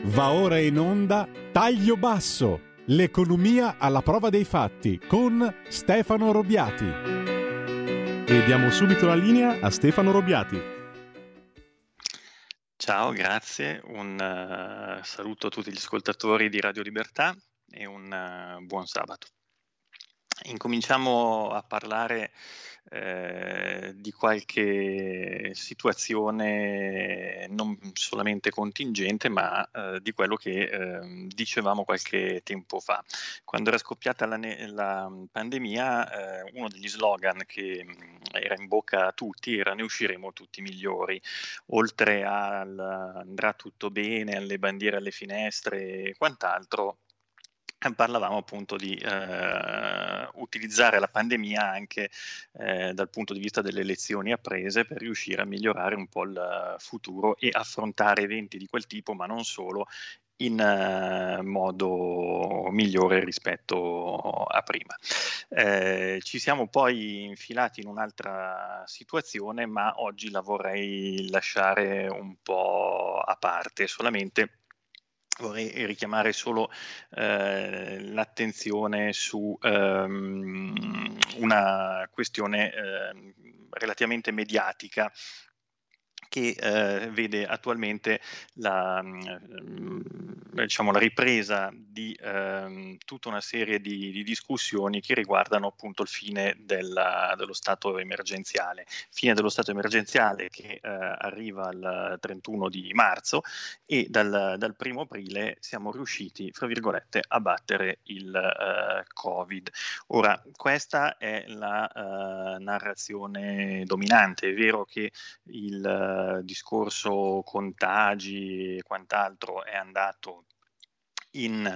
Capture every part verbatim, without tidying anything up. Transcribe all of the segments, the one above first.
Va ora in onda Taglio Basso, l'economia alla prova dei fatti con Stefano Robiati. E diamo subito la linea a Stefano Robiati. Ciao, grazie, un uh, saluto a tutti gli ascoltatori di Radio Libertà e un uh, buon sabato. Incominciamo a parlare eh, di qualche situazione non solamente contingente, ma eh, di quello che eh, dicevamo qualche tempo fa. Quando era scoppiata la, ne- la pandemia, eh, uno degli slogan che mh, era in bocca a tutti era: ne usciremo tutti migliori. Oltre al andrà tutto bene, alle bandiere alle finestre e quant'altro, parlavamo appunto di eh, utilizzare la pandemia anche eh, dal punto di vista delle lezioni apprese per riuscire a migliorare un po' il futuro e affrontare eventi di quel tipo, ma non solo, in uh, modo migliore rispetto a prima. Eh, ci siamo poi infilati in un'altra situazione, ma oggi la vorrei lasciare un po' a parte, solamente vorrei richiamare solo eh, l'attenzione su ehm, una questione eh, relativamente mediatica che eh, vede attualmente la, mh, diciamo, la ripresa di eh, tutta una serie di, di discussioni che riguardano appunto il fine della, dello stato emergenziale. Fine dello stato emergenziale che eh, arriva al trentuno di marzo e dal, dal primo aprile siamo riusciti, fra virgolette, a battere il eh, Covid. Ora, questa è la eh, narrazione dominante. È vero che il discorso contagi e quant'altro è andato in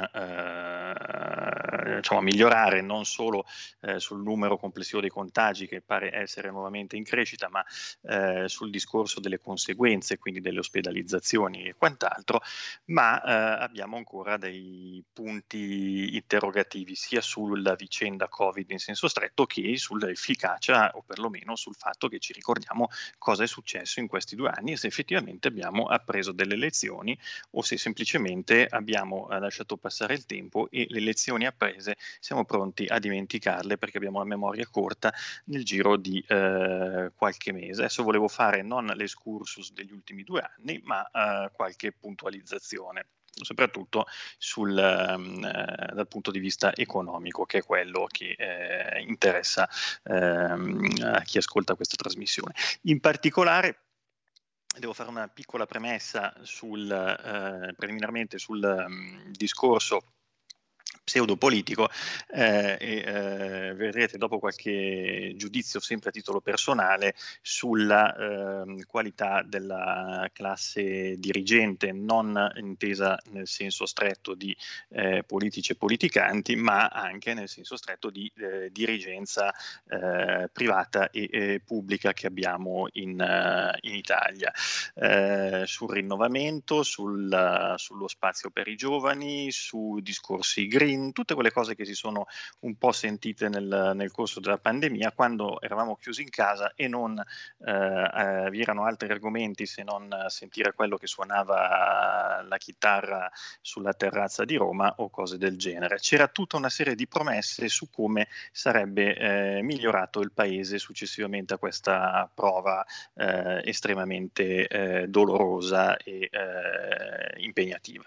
eh, diciamo, migliorare non solo eh, sul numero complessivo dei contagi, che pare essere nuovamente in crescita, ma eh, sul discorso delle conseguenze, quindi delle ospedalizzazioni e quant'altro, ma eh, abbiamo ancora dei punti interrogativi sia sulla vicenda Covid in senso stretto che sull'efficacia, o perlomeno sul fatto che ci ricordiamo cosa è successo in questi due anni e se effettivamente abbiamo appreso delle lezioni o se semplicemente abbiamo eh, lasciato passare il tempo e le lezioni apprese siamo pronti a dimenticarle perché abbiamo la memoria corta nel giro di eh, qualche mese. Adesso volevo fare non l'escursus degli ultimi due anni, ma eh, qualche puntualizzazione, soprattutto sul, um, eh, dal punto di vista economico, che è quello che eh, interessa ehm, a chi ascolta questa trasmissione. In particolare devo fare una piccola premessa sul, eh, preliminarmente sul um, discorso pseudopolitico eh, e eh, vedrete dopo qualche giudizio sempre a titolo personale sulla eh, qualità della classe dirigente, non intesa nel senso stretto di eh, politici e politicanti, ma anche nel senso stretto di eh, dirigenza eh, privata e eh, pubblica che abbiamo in, uh, in Italia, eh, sul rinnovamento, sul, sullo spazio per i giovani, su discorsi green, tutte quelle cose che si sono un po' sentite nel, nel corso della pandemia, quando eravamo chiusi in casa e non eh, eh, vi erano altri argomenti se non sentire quello che suonava la chitarra sulla terrazza di Roma o cose del genere. C'era tutta una serie di promesse su come sarebbe eh, migliorato il paese successivamente a questa prova eh, estremamente eh, dolorosa e eh, impegnativa.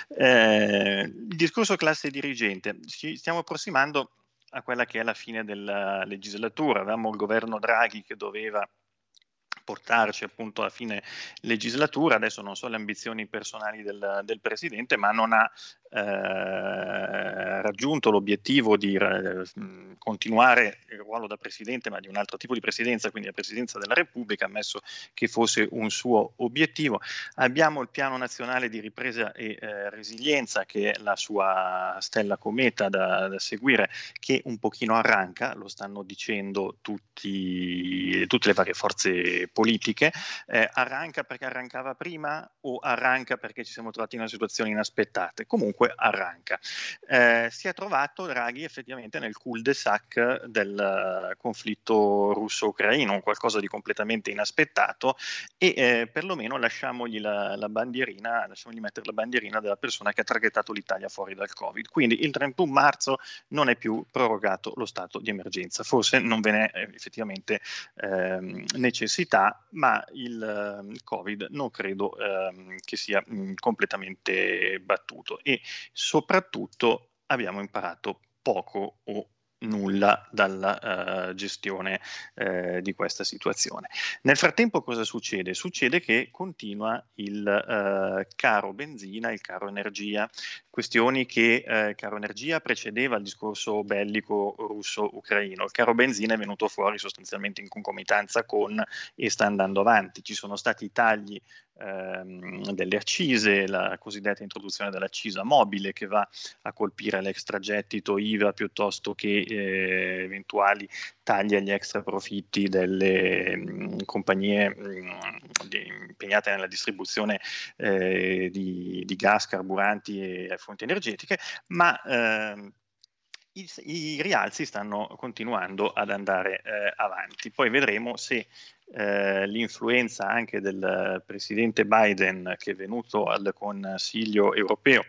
Eh, il discorso classe dirigente, ci stiamo approssimando a quella che è la fine della legislatura. Avevamo il governo Draghi che doveva portarci appunto a fine legislatura, adesso non so le ambizioni personali del, del Presidente, ma non ha eh, raggiunto l'obiettivo di eh, continuare il ruolo da Presidente, ma di un altro tipo di presidenza, quindi la Presidenza della Repubblica, ammesso che fosse un suo obiettivo. Abbiamo il Piano Nazionale di Ripresa e eh, Resilienza, che è la sua stella cometa da, da seguire, che un pochino arranca, lo stanno dicendo tutti, tutte le varie forze politiche. Eh, arranca perché arrancava prima o arranca perché ci siamo trovati in una situazione inaspettata? Comunque comunque arranca. Eh, si è trovato Draghi effettivamente nel cul-de-sac del conflitto russo-ucraino, qualcosa di completamente inaspettato, e eh, perlomeno lasciamogli la, la bandierina, lasciamogli mettere la bandierina della persona che ha traghettato l'Italia fuori dal Covid. Quindi il trentuno marzo non è più prorogato lo stato di emergenza, forse non ve n'è eh, effettivamente ehm, necessità, ma il, il Covid non credo ehm, che sia mh, completamente battuto, e soprattutto abbiamo imparato poco o nulla dalla uh, gestione uh, di questa situazione. Nel frattempo cosa succede? Succede che continua il uh, caro benzina, il caro energia, questioni che uh, caro energia precedeva il discorso bellico russo-ucraino. Il caro benzina è venuto fuori sostanzialmente in concomitanza con e sta andando avanti. Ci sono stati i tagli ehm, delle accise, la cosiddetta introduzione dell'accisa mobile che va a colpire l'extragettito I V A piuttosto che eh, eventuali tagli agli extra profitti delle mh, compagnie mh, di, impegnate nella distribuzione eh, di, di gas, carburanti e fonti energetiche, ma ehm, I, i rialzi stanno continuando ad andare eh, avanti. Poi vedremo se eh, l'influenza anche del presidente Biden, che è venuto al Consiglio europeo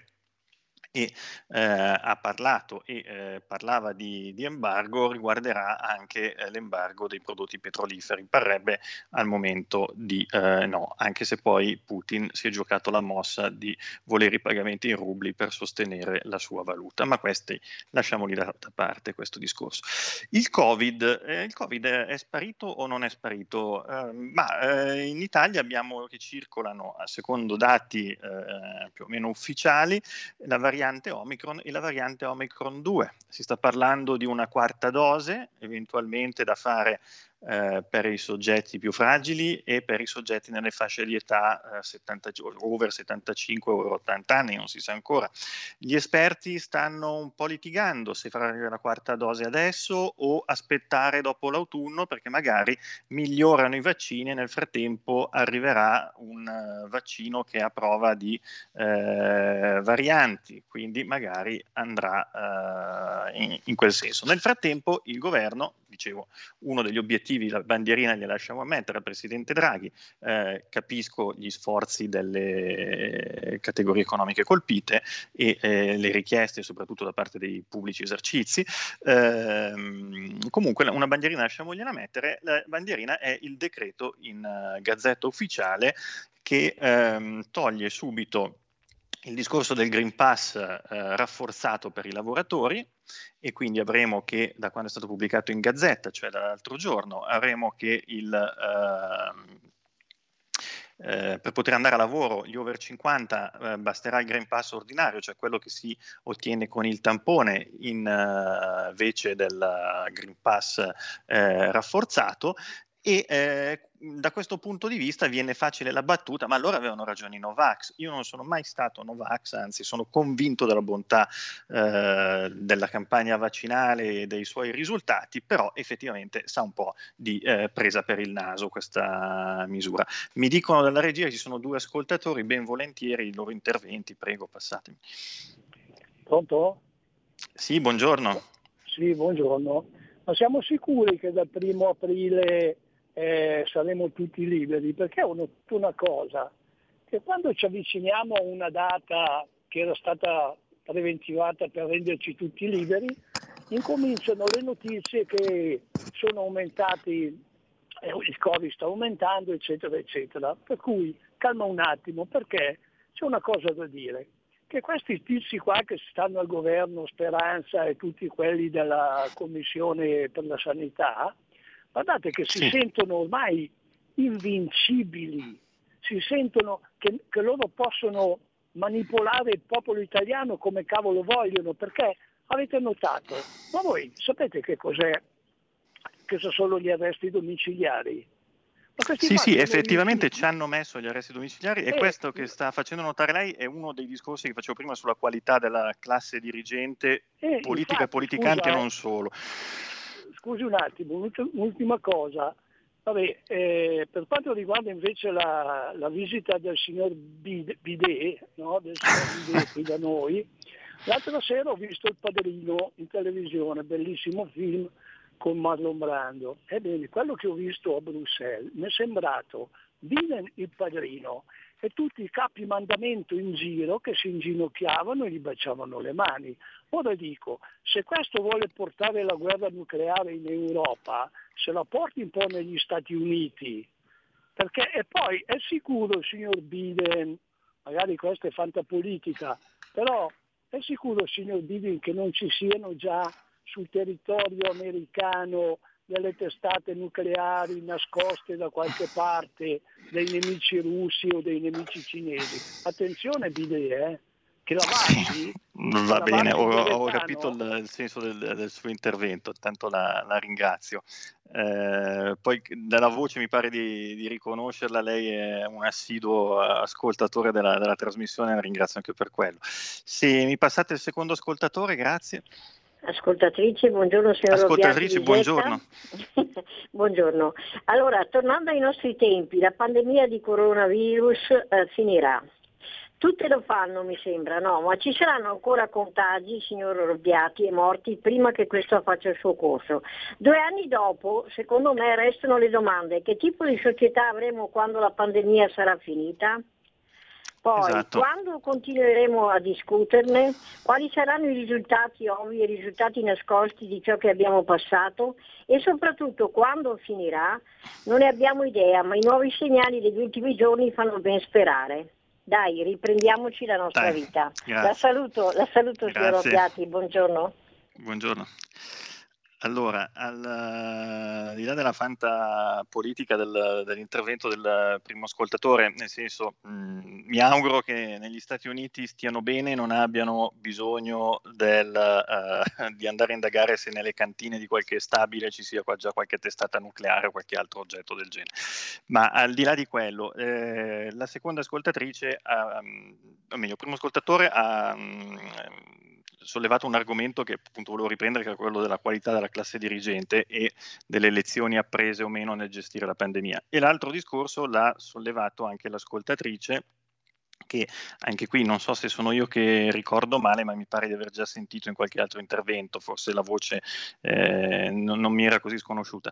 e eh, ha parlato e eh, parlava di, di embargo, riguarderà anche eh, l'embargo dei prodotti petroliferi. Parrebbe al momento di eh, no, anche se poi Putin si è giocato la mossa di volere i pagamenti in rubli per sostenere la sua valuta, ma questi lasciamoli da, da parte questo discorso. Il Covid, eh, il Covid è sparito o non è sparito? Eh, ma eh, in Italia abbiamo che circolano, a secondo dati eh, più o meno ufficiali, la variante Omicron e la variante Omicron due. Si sta parlando di una quarta dose, eventualmente da fare eh, per i soggetti più fragili e per i soggetti nelle fasce di età eh, settanta, over settantacinque o ottanta anni, non si sa ancora. Gli esperti stanno un po' litigando se fare la quarta dose adesso o aspettare dopo l'autunno, perché magari migliorano i vaccini e nel frattempo arriverà un uh, vaccino che è a prova di eh, varianti, quindi magari andrà uh, in, in quel senso. Nel frattempo il governo, dicevo, uno degli obiettivi, la bandierina gliela lasciamo mettere al presidente Draghi, eh, capisco gli sforzi delle categorie economiche colpite e eh, le richieste soprattutto da parte dei pubblici esercizi, eh, comunque una bandierina lasciamogliela mettere. La bandierina è il decreto in uh, Gazzetta Ufficiale che ehm, toglie subito il discorso del Green Pass eh, rafforzato per i lavoratori, e quindi avremo che, da quando è stato pubblicato in Gazzetta, cioè dall'altro giorno, avremo che il eh, eh, per poter andare a lavoro gli over cinquanta eh, basterà il Green Pass ordinario, cioè quello che si ottiene con il tampone in, uh, invece del Green Pass eh, rafforzato. E eh, da questo punto di vista viene facile la battuta, ma allora avevano ragione i Novax. Io non sono mai stato Novax, anzi sono convinto della bontà eh, della campagna vaccinale e dei suoi risultati, però effettivamente sa un po' di eh, presa per il naso questa misura. Mi dicono dalla regia che ci sono due ascoltatori, ben volentieri i loro interventi, prego, passatemi. Pronto? Sì, buongiorno. Sì, buongiorno. Ma siamo sicuri che dal primo aprile eh, saremo tutti liberi? Perché ho notato una cosa, che quando ci avviciniamo a una data che era stata preventivata per renderci tutti liberi, incominciano le notizie che sono aumentati, eh, il Covid sta aumentando, eccetera, eccetera. Per cui calma un attimo, perché c'è una cosa da dire. Che questi tizi qua che stanno al governo, Speranza e tutti quelli della Commissione per la Sanità, guardate che si sì. sentono ormai invincibili, si sentono che, che loro possono manipolare il popolo italiano come cavolo vogliono, perché avete notato, ma voi sapete che cos'è, che sono solo gli arresti domiciliari? Sì, sì, effettivamente ci hanno messo gli arresti domiciliari e eh, questo che sta facendo notare lei è uno dei discorsi che facevo prima sulla qualità della classe dirigente eh, politica infatti, e politicante scusa, e non solo. Scusi un attimo, un'ultima cosa. Vabbè, eh, per quanto riguarda invece la, la visita del signor Bidet, no? del signor Bidet qui da noi, L'altra sera ho visto Il Padrino in televisione, bellissimo film con Marlon Brando. Ebbene, quello che ho visto a Bruxelles mi è sembrato Biden il Padrino e tutti i capi mandamento in giro che si inginocchiavano e gli baciavano le mani. Ora dico, se questo vuole portare la guerra nucleare in Europa, se la porti un po' negli Stati Uniti, perché e poi è sicuro, signor Biden, magari questa è fantapolitica, però è sicuro, signor Biden, che non ci siano già sul territorio americano delle testate nucleari nascoste da qualche parte dei nemici russi o dei nemici cinesi? Attenzione Biden, eh, che la Varsi, Va la bene, Varsi ho, ho Goretano- capito il, il senso del, del suo intervento, tanto la, la ringrazio. Eh, poi dalla voce mi pare di, di riconoscerla, lei è un assiduo ascoltatore della, della trasmissione, la ringrazio anche per quello. Se mi passate il secondo ascoltatore, grazie. Ascoltatrice, buongiorno signor Ascoltatrice, Robiati. buongiorno. Buongiorno. Allora, tornando ai nostri tempi, la pandemia di coronavirus eh, finirà. Tutte lo fanno, mi sembra, no? Ma ci saranno ancora contagi, signor Robiati, e morti prima che questo faccia il suo corso. Due anni dopo, secondo me, restano le domande. Che tipo di società avremo quando la pandemia sarà finita? Poi, Esatto. quando continueremo a discuterne, quali saranno i risultati ovvi e i risultati nascosti di ciò che abbiamo passato e soprattutto quando finirà, non ne abbiamo idea, ma i nuovi segnali degli ultimi giorni fanno ben sperare. Dai, riprendiamoci la nostra Dai, vita. grazie. La saluto, la saluto signor Grazie. Robiati, buongiorno. Buongiorno. Allora, al, al di là della fanta politica del, dell'intervento del primo ascoltatore, nel senso, mh, mi auguro che negli Stati Uniti stiano bene e non abbiano bisogno del, uh, di andare a indagare se nelle cantine di qualche stabile ci sia qua già qualche testata nucleare o qualche altro oggetto del genere. Ma al di là di quello, eh, la seconda ascoltatrice, ha, o meglio, il primo ascoltatore ha mh, sollevato un argomento che appunto volevo riprendere, che è quello della qualità della classe dirigente e delle lezioni apprese o meno nel gestire la pandemia. E l'altro discorso l'ha sollevato anche l'ascoltatrice, che anche qui non so se sono io che ricordo male, ma mi pare di aver già sentito in qualche altro intervento, forse la voce eh, non, non mi era così sconosciuta.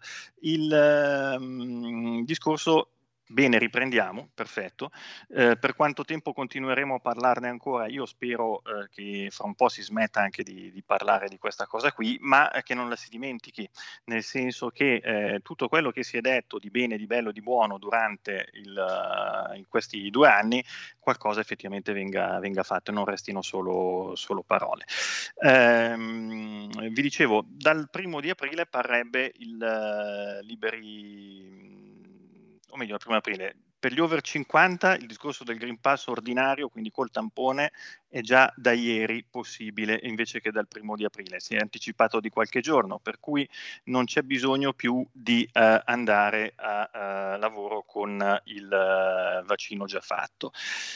Il um, discorso... Bene, riprendiamo, perfetto. Eh, per quanto tempo continueremo a parlarne ancora? Io spero eh, che fra un po' si smetta anche di, di parlare di questa cosa qui, ma che non la si dimentichi, nel senso che eh, tutto quello che si è detto di bene, di bello, di buono durante il, uh, in questi due anni, qualcosa effettivamente venga, venga fatto e non restino solo, solo parole. Ehm, vi dicevo, dal primo di aprile parrebbe il uh, liberi... o meglio, il primo aprile, per gli over cinquanta il discorso del Green Pass ordinario, quindi col tampone, è già da ieri possibile invece che dal primo di aprile. Si è anticipato di qualche giorno, per cui non c'è bisogno più di uh, andare a uh, lavoro con il uh, vaccino già fatto.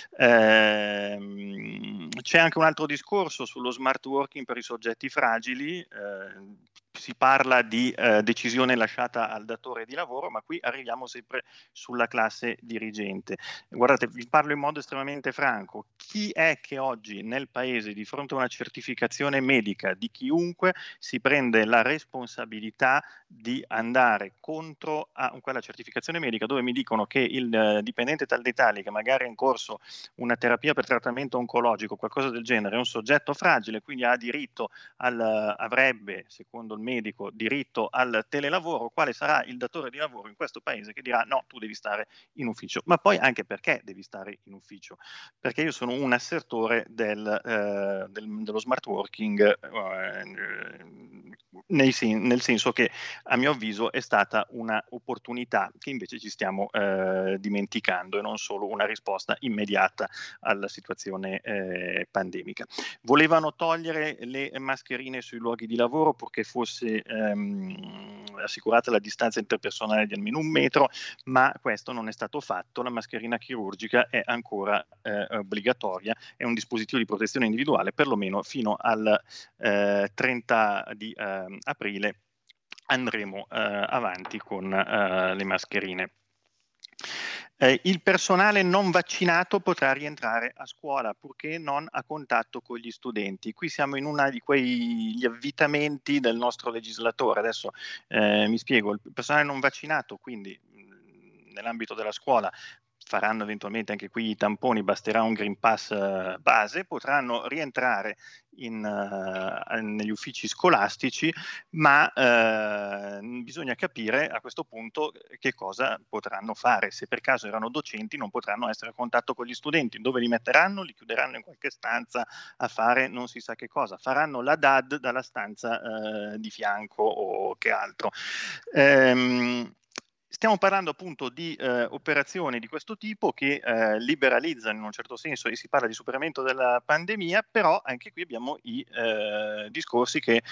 Ehm, c'è anche un altro discorso sullo smart working per i soggetti fragili. Eh, si parla di eh, decisione lasciata al datore di lavoro, ma qui arriviamo sempre sulla classe dirigente. Guardate, vi parlo in modo estremamente franco. Chi è che oggi nel paese, di fronte a una certificazione medica di chiunque, si prende la responsabilità di andare contro a quella certificazione medica dove mi dicono che il eh, dipendente tal dei tali, che magari è in corso una terapia per trattamento oncologico, qualcosa del genere, è un soggetto fragile, quindi ha diritto al, avrebbe, secondo il medico, diritto al telelavoro, quale sarà il datore di lavoro in questo paese che dirà no, tu devi stare in ufficio. Ma poi anche perché devi stare in ufficio? Perché io sono un assertore del, eh, del, dello smart working eh, nel, sen- nel senso che a mio avviso è stata una opportunità che invece ci stiamo eh, dimenticando e non solo una risposta immediata alla situazione eh, pandemica. Volevano togliere le mascherine sui luoghi di lavoro purché fosse ehm, assicurata la distanza interpersonale di almeno un metro, ma questo non è stato fatto. La mascherina chirurgica è ancora eh, obbligatoria, è un dispositivo di protezione individuale perlomeno fino al eh, trenta di eh, aprile. Andremo eh, avanti con eh, le mascherine. Eh, il personale non vaccinato potrà rientrare a scuola purché non a contatto con gli studenti. Qui siamo in uno di quegli avvitamenti del nostro legislatore. Adesso eh, mi spiego, il personale non vaccinato, quindi mh, nell'ambito della scuola, faranno eventualmente anche qui i tamponi, basterà un Green Pass uh, base, potranno rientrare in, uh, negli uffici scolastici, ma uh, bisogna capire a questo punto che cosa potranno fare. Se per caso erano docenti, non potranno essere a contatto con gli studenti. Dove li metteranno? Li chiuderanno in qualche stanza a fare non si sa che cosa. Faranno la D A D dalla stanza uh, di fianco o che altro. Ehm, Stiamo parlando appunto di eh, operazioni di questo tipo che eh, liberalizzano in un certo senso, e si parla di superamento della pandemia, però anche qui abbiamo i eh, discorsi che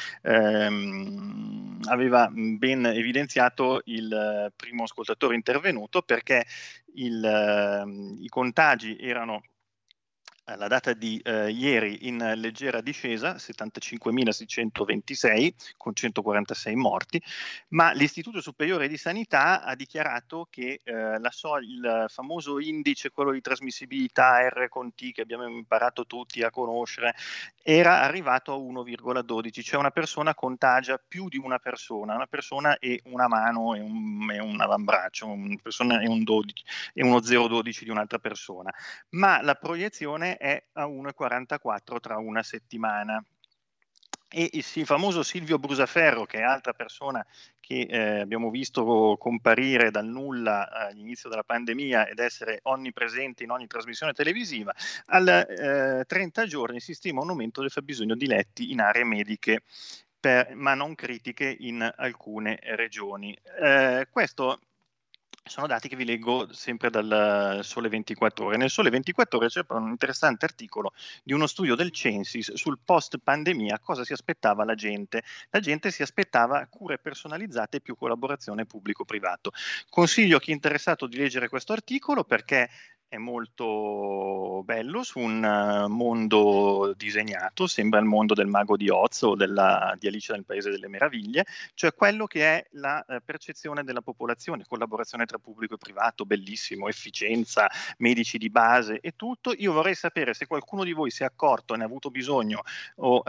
ehm, aveva ben evidenziato il primo ascoltatore intervenuto, perché il, eh, i contagi erano alla data di eh, ieri in leggera discesa, settantacinquemilaseicentoventisei con centoquarantasei morti, ma l'Istituto Superiore di Sanità ha dichiarato che eh, la so- il famoso indice, quello di trasmissibilità R con T che abbiamo imparato tutti a conoscere, era arrivato a uno virgola dodici, cioè una persona contagia più di una persona, una persona e una mano e un, e un avambraccio, una persona e, un dodici, e uno zero virgola dodici di un'altra persona, ma la proiezione è a uno virgola quarantaquattro tra una settimana. E il famoso Silvio Brusaferro, che è altra persona che eh, abbiamo visto comparire dal nulla all'inizio della pandemia ed essere onnipresente in ogni trasmissione televisiva, al eh, trenta giorni si stima un aumento del fabbisogno di letti in aree mediche, per, ma non critiche in alcune regioni. Eh, questo sono dati che vi leggo sempre dal Sole ventiquattro Ore. Nel Sole ventiquattro Ore c'è un interessante articolo di uno studio del Censis sul post pandemia, cosa si aspettava la gente. La gente si aspettava cure personalizzate e più collaborazione pubblico-privato. Consiglio a chi è interessato di leggere questo articolo, perché è molto bello, su un uh, mondo disegnato, sembra il mondo del Mago di Oz o della, di Alice nel Paese delle Meraviglie, cioè quello che è la uh, percezione della popolazione, collaborazione tra pubblico e privato, bellissimo, efficienza, medici di base e tutto. Io vorrei sapere se qualcuno di voi si è accorto, ne ha avuto bisogno, o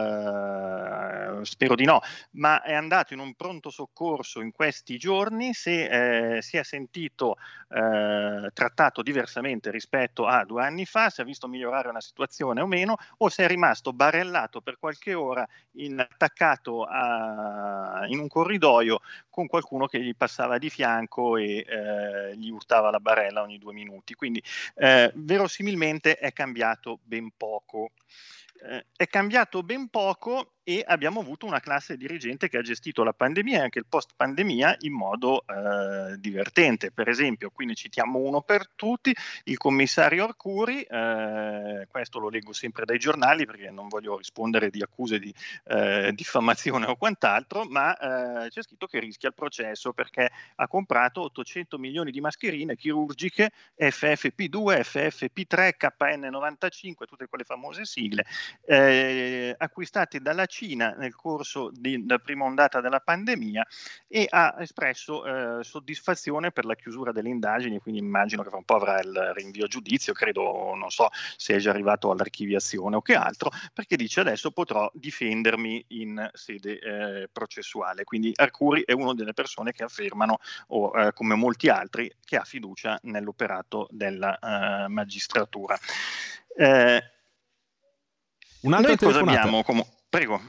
uh, spero di no, ma è andato in un pronto soccorso in questi giorni, se eh, si è sentito eh, trattato diversamente rispetto a due anni fa, se ha visto migliorare una situazione o meno, o se è rimasto barellato per qualche ora in, attaccato a, in un corridoio con qualcuno che gli passava di fianco e eh, gli urtava la barella ogni due minuti. Quindi eh, verosimilmente è cambiato ben poco. Eh, è cambiato ben poco e abbiamo avuto una classe dirigente che ha gestito la pandemia e anche il post pandemia in modo eh, divertente. Per esempio, qui ne citiamo uno per tutti, il commissario Arcuri, eh, questo lo leggo sempre dai giornali perché non voglio rispondere di accuse di eh, diffamazione o quant'altro, ma eh, c'è scritto che rischia il processo perché ha comprato ottocento milioni di mascherine chirurgiche F F P due, F F P tre, K N novantacinque, tutte quelle famose sigle, eh, acquistate dalla Cina nel corso di, della prima ondata della pandemia, e ha espresso eh, soddisfazione per la chiusura delle indagini, quindi immagino che fra un po' avrà il rinvio a giudizio, credo, non so se è già arrivato all'archiviazione o che altro, perché dice adesso potrò difendermi in sede eh, processuale. Quindi Arcuri è una delle persone che affermano, o eh, come molti altri, che ha fiducia nell'operato della eh, magistratura. Eh, Un'altra Noi cosa telefonata. abbiamo? Com- Prego.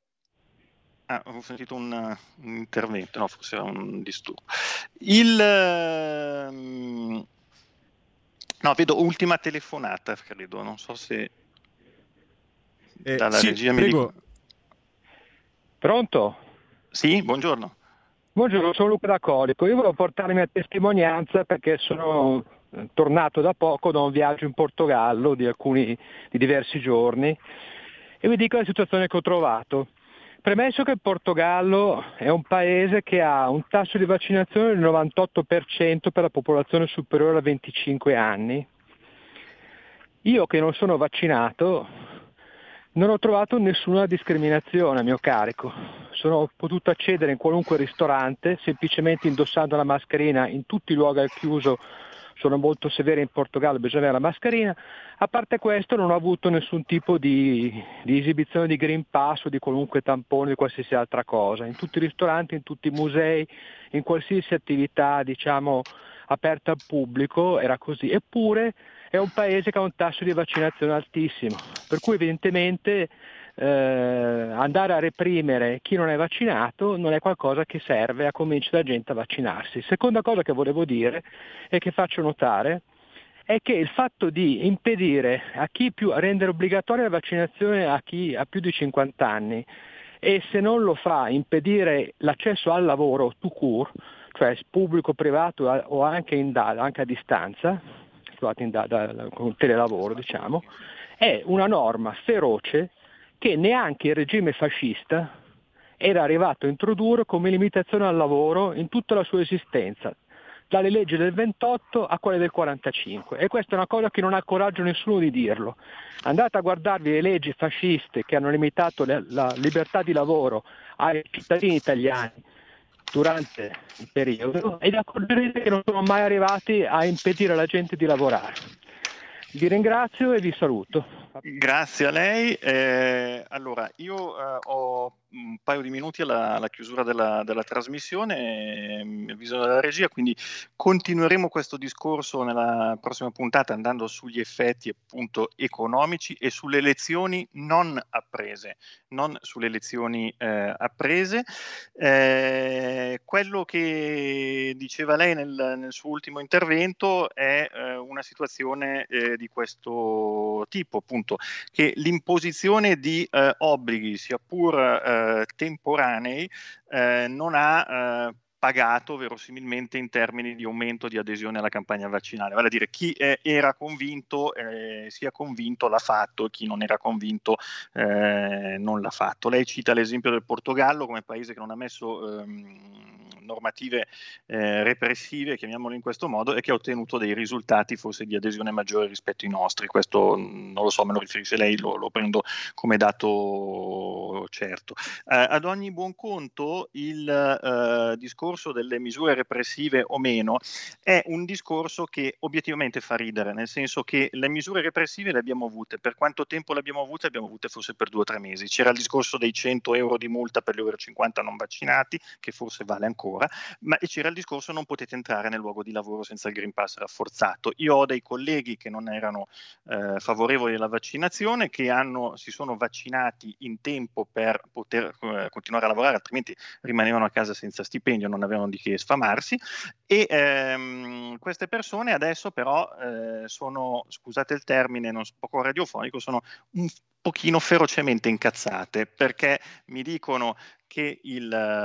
Ah, ho sentito un, un intervento, no, forse era un disturbo. Il... ehm, No, vedo ultima telefonata, credo, non so se Eh, dalla sì, regia mi prego. dico... Pronto? Sì, buongiorno. Buongiorno, sono Luca da Colico. Io volevo portare la mia testimonianza perché sono tornato da poco da un viaggio in Portogallo di alcuni di diversi giorni e vi dico la situazione che ho trovato. Premesso che il Portogallo è un paese che ha un tasso di vaccinazione del novantotto per cento per la popolazione superiore a venticinque anni, io che non sono vaccinato non ho trovato nessuna discriminazione a mio carico. Sono potuto accedere in qualunque ristorante semplicemente indossando la mascherina in tutti i luoghi al chiuso sono molto severe in Portogallo, bisogna avere la mascherina. A parte questo non ho avuto nessun tipo di, di esibizione di Green Pass o di qualunque tampone, di qualsiasi altra cosa. In tutti i ristoranti, in tutti i musei, in qualsiasi attività diciamo aperta al pubblico era così. Eppure è un paese che ha un tasso di vaccinazione altissimo, per cui evidentemente eh, andare a reprimere chi non è vaccinato non è qualcosa che serve a convincere la gente a vaccinarsi. Seconda cosa che volevo dire e che faccio notare è che il fatto di impedire a chi più, a rendere obbligatoria la vaccinazione a chi ha più di cinquanta anni e se non lo fa impedire l'accesso al lavoro tout court, cioè pubblico, privato o anche, in da, anche a distanza, in da, da, con telelavoro diciamo, è una norma feroce che neanche il regime fascista era arrivato a introdurre come limitazione al lavoro in tutta la sua esistenza, dalle leggi del ventotto a quelle del quarantacinque, e questa è una cosa che non ha coraggio nessuno di dirlo. Andate a guardarvi le leggi fasciste che hanno limitato la, la libertà di lavoro ai cittadini italiani durante il periodo ed accorgerete che non sono mai arrivati a impedire alla gente di lavorare. Vi ringrazio e vi saluto. Grazie a lei. Eh, allora, io eh, ho un paio di minuti alla, alla chiusura della, della trasmissione, mi avviso della regia, quindi continueremo questo discorso nella prossima puntata andando sugli effetti appunto economici e sulle elezioni non apprese, non sulle elezioni eh, apprese. Eh, quello che diceva lei nel, nel suo ultimo intervento è eh, una situazione eh, di questo tipo, appunto, che l'imposizione di eh, obblighi, sia pur eh, temporanei, eh, non ha eh, pagato verosimilmente in termini di aumento di adesione alla campagna vaccinale, vale a dire chi eh, era convinto eh, si è convinto l'ha fatto e chi non era convinto eh, non l'ha fatto. Lei cita l'esempio del Portogallo come paese che non ha messo ehm, normative eh, repressive, chiamiamolo in questo modo, e che ha ottenuto dei risultati forse di adesione maggiore rispetto ai nostri. Questo non lo so, me lo riferisce lei, lo, lo prendo come dato certo. Eh, ad ogni buon conto il eh, discorso delle misure repressive o meno è un discorso che obiettivamente fa ridere, nel senso che le misure repressive le abbiamo avute. Per quanto tempo le abbiamo avute? Le abbiamo avute forse per due o tre mesi. C'era il discorso dei cento euro di multa per gli over cinquanta non vaccinati, che forse vale ancora, ma e c'era il discorso non potete entrare nel luogo di lavoro senza il Green Pass rafforzato. Io ho dei colleghi che non erano eh, favorevoli alla vaccinazione, che hanno, si sono vaccinati in tempo per poter eh, continuare a lavorare, altrimenti rimanevano a casa senza stipendio, non avevano di che sfamarsi, e ehm, queste persone adesso però eh, sono, scusate il termine, non so, poco radiofonico, sono un pochino ferocemente incazzate, perché mi dicono che il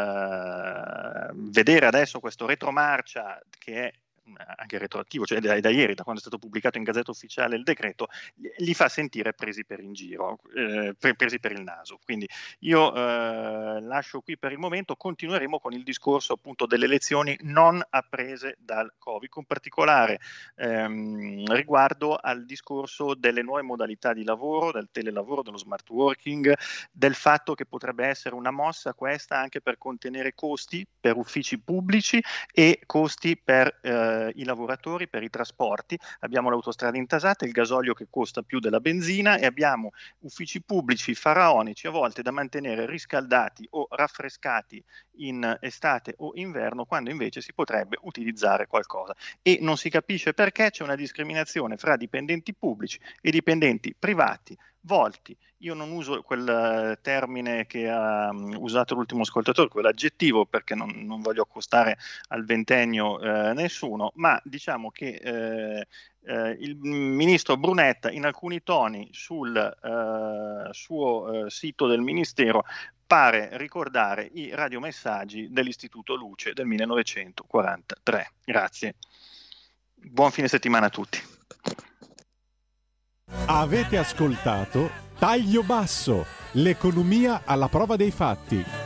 uh, vedere adesso questo retromarcia, che è anche retroattivo, cioè da, da ieri, da quando è stato pubblicato in Gazzetta Ufficiale il decreto, li fa sentire presi per in giro, eh, presi per il naso. Quindi io eh, lascio qui per il momento, continueremo con il discorso appunto delle elezioni non apprese dal Covid, con particolare ehm, riguardo al discorso delle nuove modalità di lavoro, del telelavoro, dello smart working, del fatto che potrebbe essere una mossa questa anche per contenere costi per uffici pubblici e costi per eh, i lavoratori, per i trasporti. Abbiamo l'autostrada intasata, il gasolio che costa più della benzina, e abbiamo uffici pubblici faraonici a volte da mantenere riscaldati o raffrescati in estate o inverno, quando invece si potrebbe utilizzare qualcosa, e non si capisce perché c'è una discriminazione fra dipendenti pubblici e dipendenti privati volti. Io non uso quel termine che ha um, usato l'ultimo ascoltatore, quell'aggettivo, perché non, non voglio accostare al ventennio eh, nessuno, ma diciamo che eh, eh, il ministro Brunetta in alcuni toni sul eh, suo eh, sito del ministero pare ricordare i radiomessaggi dell'Istituto Luce del millenovecentoquarantatré. Grazie. Buon fine settimana a tutti. Avete ascoltato Taglio Basso, l'economia alla prova dei fatti.